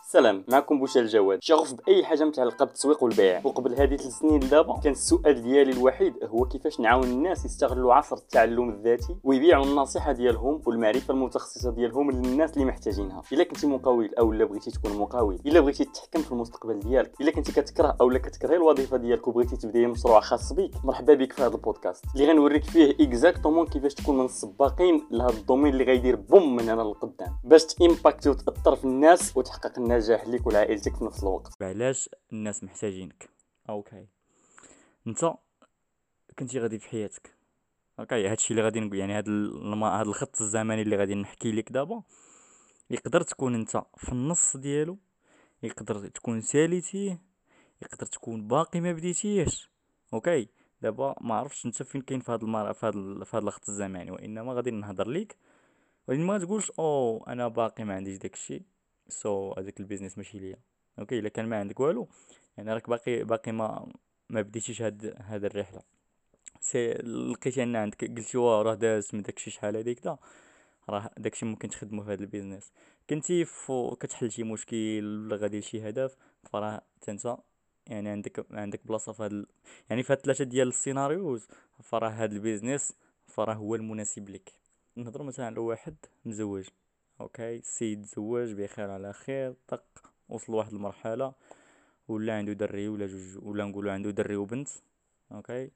سلام، معكم بوشال الجواد. شغوف باي حاجه متعلقه بالتسويق والبيع. وقبل هذه 3 سنين دابا كان السؤال ديالي الوحيد هو كيفاش نعاون الناس يستغلوا عصر التعلم الذاتي ويبيعوا النصيحه ديالهم والمعرفه المتخصصه ديالهم للناس اللي محتاجينها. الا كنتي مقاول او لا بغيتي تكون مقاول، الا بغيتي تتحكم في المستقبل ديالك، الا كنتي كتكره او لا كتكرهي الوظيفه ديالك وبغيتي تبداي مشروع خاص بك، مرحبا بك في هذا البودكاست اللي غنوريك فيه اكزاكتومون كيفاش تكون من السباقين لهذا الدومين اللي غيدير بوم من هنا للقدام باش تامباكتي وتاثر في الناس وتحقق النجاح ليك وعائلتك في نفس الوقت. علاش الناس محتاجينك؟ اوكي، انت كنتي غادي في حياتك. اوكي، هادشي اللي غادي نقول، يعني هاد الخط الزمني اللي غادي نحكي لك دابا، يقدر تكون انت في النص ديالو، يقدر تكون ساليتيه، يقدر تكون باقي ما بديتيهش. اوكي، دابا ما عرفتش انت فين كاين في هاد في هاد الخط الزمني، وانما غادي نهضر ليك، ولكن ما تقولش انا باقي ما عنديش داكشي، هذاك البيزنس ماشي ليا. اوكي، الا كان ما عندك والو، يعني راك باقي ما بديتيش هاد الرحله. لقيتي ان عندك، قلتي راه داز من داكشي شحال هذيك دا، راه داكشي ممكن تخدمو في هذا البيزنس. كنتي كتحل شي مشكل ولا غادي لشي هدف، فراه حتى انت يعني عندك بلاصه يعني في هاد 3 ديال السيناريوز، فراه هاد البيزنس فراه هو المناسب لك. نهضروا مثلا على واحد مزوج. اوكي، السيد تزوج بخير على خير، طق وصل لواحد المرحله، ولا عنده دري ولا جوج، ولا نقولوا عنده دري وبنت. اوكي،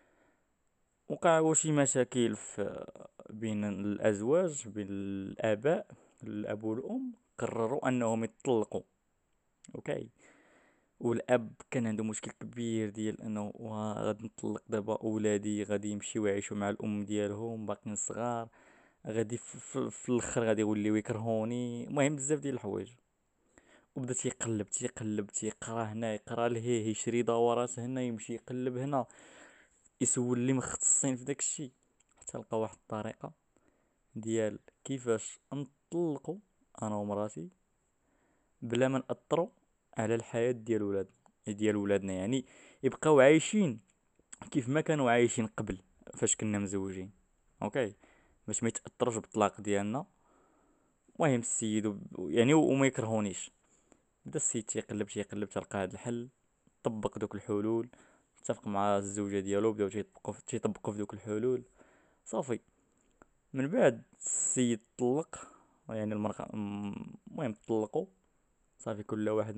وقعوا شي مشاكل بين الازواج، بين الاباء، الاب والام قرروا انهم يطلقوا. اوكي، والاب كان عنده مشكل كبير ديال انه غادي نطلق دابا، اولادي غادي يمشيو يعيشوا مع الام ديالهم باقيين صغار، غادي في الاخر غادي يوليو يكرهوني. المهم بزاف ديال الحوايج، وبدا تيقلب تيقرا هنا، يقرا لهيه، يشري دورات هنا، يمشي يقلب هنا، يسول اللي مختصين في داكشي، حتى لقى واحد الطريقه ديال كيفاش نطلقوا انا ومراتي بلا ما ناثروا على الحياه ديال ولادنا، يعني يبقاو عايشين كيف ما كانوا عايشين قبل فاش كنا مزوجين. اوكي، باش ما يتاثروش بالطلاق ديالنا. المهم السيد يعني وما يكرهونيش. بدا السيد تيقلب تلقى هاد الحل، طبق دوك الحلول، اتفق مع الزوجه ديالو، بداو تيطبقوا في دوك الحلول. صافي، من بعد السيد طلق، يعني المرأة المهم طلقوا. صافي، كل واحد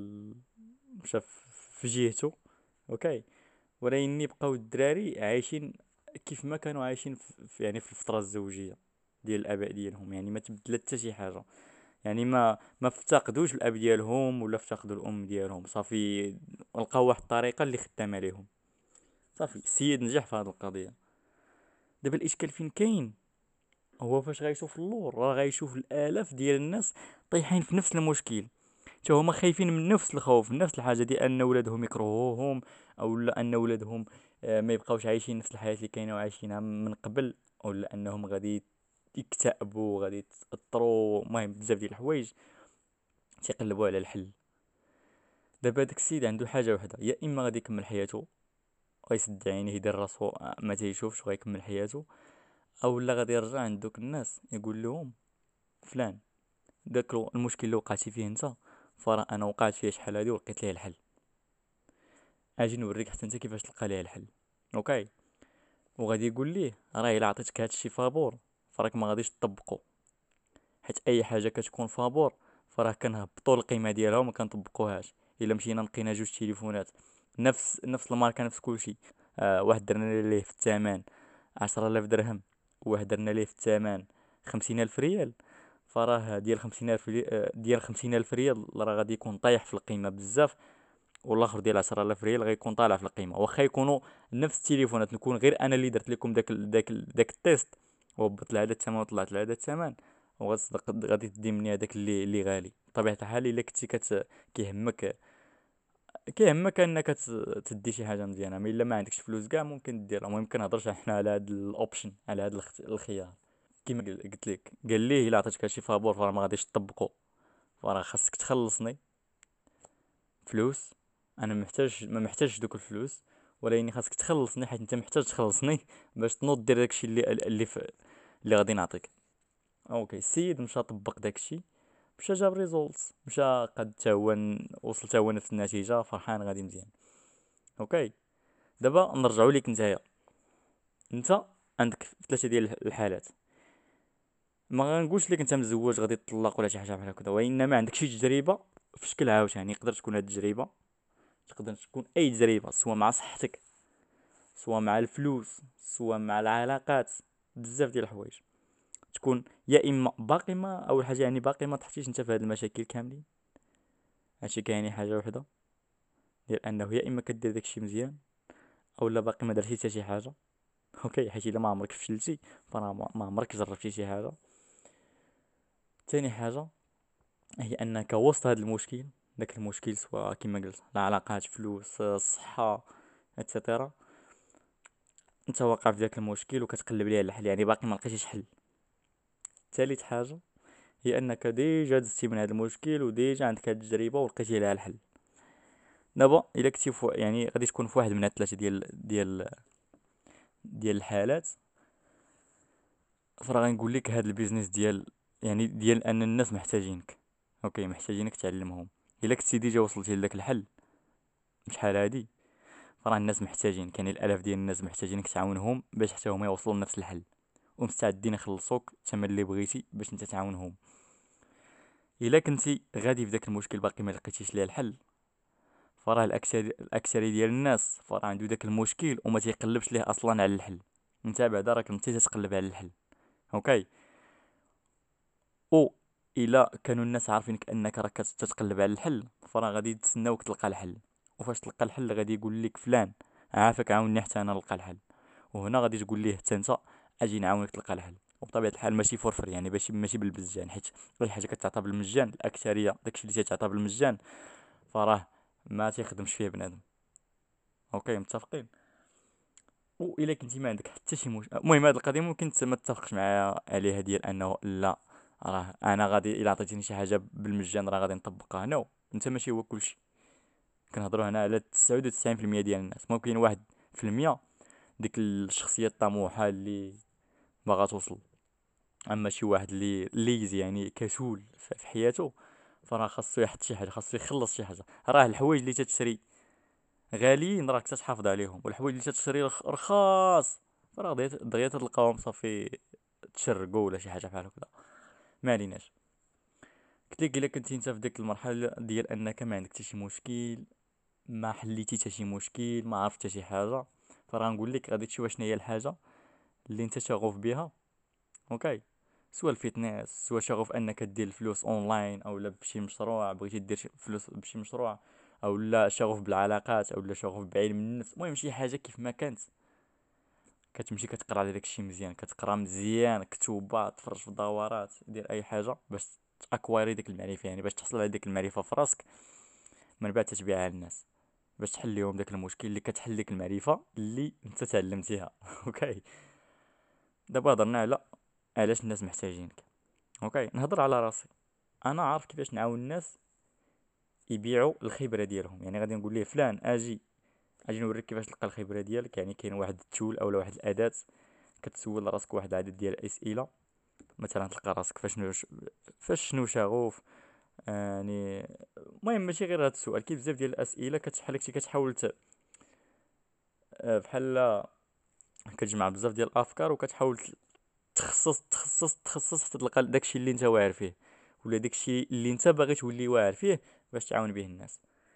مشى في جهته. اوكي، ولكن يبقاو الدراري عايشين كيف ما كانوا عايشين يعني في الفترة الزوجية ديال الآباء ديالهم، يعني ما تبدلت حتى شي حاجة. يعني ما افتقدوش الاب ديالهم ولا افتقدوا الام ديالهم. صافي، لقاو واحد الطريقه اللي خدامه ليهم. صافي، السيد نجح في هذه القضيه. دابا الاشكال فين كاين؟ هو فاش غيشوف اللور، راه غيشوف الالاف ديال الناس طايحين في نفس المشكل، حتى هما خايفين من نفس الخوف، نفس الحاجه دي ان ولادهم يكرهوهم، او لا ان ولادهم ما يبقاوش عايشين نفس الحياه اللي كانوا عايشينها من قبل، او لا انهم غادي يكتئبوا، غادي يتاثروا. المهم بزاف ديال الحوايج تيقلبوا على الحل. دابا داك السيد عنده حاجه وحده، يا اما غادي يكمل حياته، غيسد عينيه يدير راسو ما تيشوفش وغيكمل حياته، او لا غادي يرجع عند دوك الناس يقول لهم فلان، داك المشكل اللي وقعتي فيه انت، فراه انا وقعت فيه شحال هادي ولقيت ليه الحل، اجي نوريك حتى انت كيفاش تلقى ليه الحل. اوكي، وغادي يقول ليه راه الا عطيتك هادشي فابور، فراك ما غاديش تطبقو، حيت اي حاجه كتكون فابور فراه كنهبطوا القيمه ديالها وما كنطبقوهاش. الا مشينا لقينا جوج تليفونات نفس الماركه نفس كلشي، واحد درنا ليه في الثمن 10,000 درهم، وواحد درنا ليه في الثمن 50,000 ريال، فراه ديال 50,000 ريال راه غادي يكون طايح في القيمه بزاف، والاخر ديال 10,000 ريال غيكون طالع في القيمه. واخا يكونوا نفس التليفونات، نكون غير انا اللي درت لكم داك التيست، وهبط لهذا الثمن وطلعت لهذا الثمن، وغتصدق غادي تدي مني هذاك اللي غالي. بطبيعه الحال الا كنتي كيهمك كيهمك انك تدي شي حاجه مزيانه، اما الا ما عندكش فلوس كاع ممكن ديرها. المهم كنهضرش احنا على هذا الاوبشن، على هذا الخيار. كيما قلت لك، قال ليه الا عطيتك هادشي فابور فراه ما غاديش تطبقو، فراه خاصك تخلصني فلوس. انا ما محتاجش دوك الفلوس، ولكن خاصك تخلصني حيت انت محتاج تخلصني باش تنوض دير داكشي اللي غادي نعطيك. اوكي، السيد مشى طبق داكشي، مشى جاب ريزولتس، مشى قد تا هو وصل تا هو نفس النتيجه، فرحان غادي مزيان. اوكي، دابا نرجعوا ليك نتايا. انت عندك ثلاثه ديال الحالات، ما غنقولش لك انت مزوج غادي تطلق ولا شي حاجه بحال هكذا، وانما عندك شي تجربه في شكل عاوتاني. يقدر تكون هاد التجربه، تقدر تكون اي تجربه، سواء مع صحتك، سواء مع الفلوس، سواء مع العلاقات، بزاف ديال الحوايج. تكون يا اما باقي ما اول حاجه يعني باقي ما طحتيش انت في هاد المشاكل كاملين. هادشي كاين حاجه وحده ديال انه يا اما كدير داكشي مزيان، او لا باقي ما درتي حتى شي حاجه. اوكي، حيت الا ما عمرك فشلتي فراه ما عمرك جربتي شي حاجه. تاني حاجه هي انك وسط هذا المشكل، داك المشكل سواء كما قلت العلاقات، فلوس، الصحه، اتسيتيرا، انت واقع في ذاك المشكل وكتقلب ليه على الحل، يعني باقي ما لقيتيش حل. ثالث حاجه هي انك ديجا دزتي من هذا المشكل وديجا عندك هذه التجربه ولقيتي لها الحل. دابا الا كنتي يعني غادي تكون في واحد من هاد الثلاثه ديال الحالات، فراه غنقول لك هاد البيزنس ديال يعني ديال ان الناس محتاجينك. اوكي، محتاجينك تعلمهم. الا كنتي ديجا وصلتي لذاك الحل بشحال هادي، فراه الناس محتاجين، كاين الالاف ديال الناس محتاجينك تعاونهم باش حتى هما يوصلوا لنفس الحل، ومستعدين يخلصوك الثمن اللي بغيتي باش انت تعاونهم. الا كنتي غادي في داك المشكل باقي ما لقيتيش ليه الحل، فراه الاكثريه ديال الناس فراه عنده داك المشكل وما تيقلبش ليه اصلا على الحل. انت بعدا راك انت تتقلب على الحل. اوكي، او الا كانوا الناس عارفينك انك راك تتقلب على الحل، فراه غادي يتسناوك تلقى الحل. وفاش تلقى الحل غادي يقول لك فلان عافاك عاوني حتى انا نلقى الحل، وهنا غادي تقول ليه حتى انت اجي نعاونك تلقى الحل. وبطبيعه الحال ماشي فور فري، يعني ماشي بالمجان، حيت اي حاجه كتعطى بالمجان الاكثريه داكشي اللي تيتعطى بالمجان فراه ما تيخدمش فيه بنادم. اوكي، متفقين. الا كنتي ما عندك حتى شي المهم هاد القضيه ممكن انت ما تتفقش معايا عليها، ديال انه لا راه انا غادي الا عطيتيني شي حاجه بالمجان راه غادي نطبقها. نو، انت ماشي هو كلشي. كنهضروا هنا على 99% ديال الناس. ممكن 1% ديك الشخصيه الطموحه اللي باغا توصل، اما شي واحد اللي ليزي يعني كسول في حياته، فراه خاصو يحط شي حاجه، خاصو يخلص شي حاجه. راه الحوايج اللي تتشري غاليين راك تتحافظ عليهم، والحوايج اللي تتشري رخاص فراه دغيا تلقاهم صافي تشرقوا ولا شي حاجه بحال هكذا. ما عليناش. قلت لك الا كنتي انت في ديك المرحله ديال انك ما عندك حتى شي مشكل، ما حليتي حتى شي مشكل، ما عرفت حتى شي حاجه، فراه نقول لك غادي تشوف شنو هي الحاجه اللي انت شغوف بها. اوكي، سواء الفيتنس، سواء شغوف انك دير الفلوس اونلاين، او لا بشي مشروع بغيتي دير فلوس بشي مشروع، او لا شغوف بالعلاقات، او لا شغوف بعلم النفس. المهم شي حاجه كيف ما كانت كتمشي كتقرا على داكشي مزيان، كتقرا مزيان كتوبات، تفرج في الدورات، دير اي حاجه باش تاكواري ديك المعرفه، يعني باش تحصل على ديك المعرفه في راسك، من بعد تتبيعها للناس باش تحل لهم داك المشكل اللي كتحل لك المعرفه اللي انت تعلمتيها. اوكي، دابا هضرنا على علاش الناس محتاجينك. اوكي، نهضر على راسي. انا عارف كيفاش نعاون الناس يبيعوا الخبره ديالهم. يعني غادي نقول ليه فلان اجي نوريك كيفاش تلقى الخبره ديالك. يعني كاين واحد التول او واحد الاداه، كتسول راسك واحد العدد ديال الاسئله. مثلا تلقى راسك فاش شنو شغوف، يعني المهم ماشي غير هذا السؤال، كاين بزاف ديال الاسئله كتحل كنتي كتحاول بحال كتجمع بزاف ديال الافكار وكتحاول تخصص حتى تلقى داكشي اللي انت واعر فيه، ولا داكشي اللي انت باغي تولي واعر فيه باش تعاون به الناس.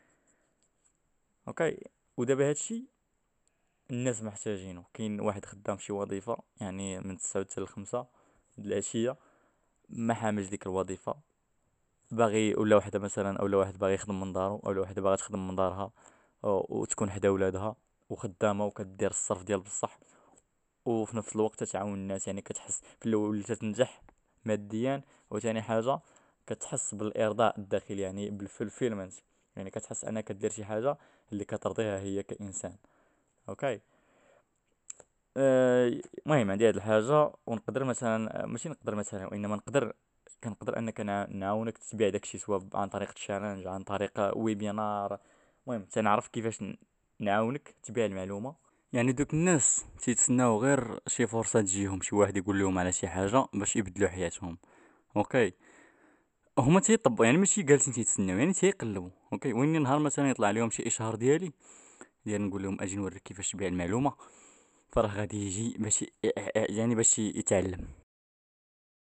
اوكي، ودابا هادشي الناس محتاجينه. كاين واحد خدام شي وظيفه يعني من 9 حتى ل 5 د العشيه، ما حاملش ديك الوظيفه، باغي، ولا وحده مثلا، او واحد باغي يخدم من دارو، او وحده باغا تخدم من دارها وتكون حدا ولادها وخدامه وكدير الصرف ديال بصح، وفي نفس الوقت تتعاون الناس. يعني كتحس في الاول وليت تنجح ماديا، وثاني حاجه كتحس بالارضاء الداخلي، يعني بالفولفيلمنت، يعني كتحس انك كدير شي حاجه اللي كترضيها هي كانسان. اوكي، المهم عندي هاد الحاجه، ونقدر مثلا ماشي نقدر مثلا وانما كنقدر انك نعاونك تبيع داكشي، سواء عن طريق تشالنج، عن طريق ويبينار. المهم تنعرف كيفاش نعاونك تبيع المعلومه. يعني دوك الناس تيتسناو غير شي فرصه تجيهم، شي واحد يقول لهم على شي حاجه باش يبدلوا حياتهم. اوكي، هما تيطبقوا، يعني ماشي جالسين تيتسناو، يعني تيقلبوا. اوكي، وين نهار مثلا يطلع لهم شي اشهار ديال نقول لهم اجي نوريك كيفاش تبيع المعلومه، فراه غادي يجي باش يعني باش يتعلم.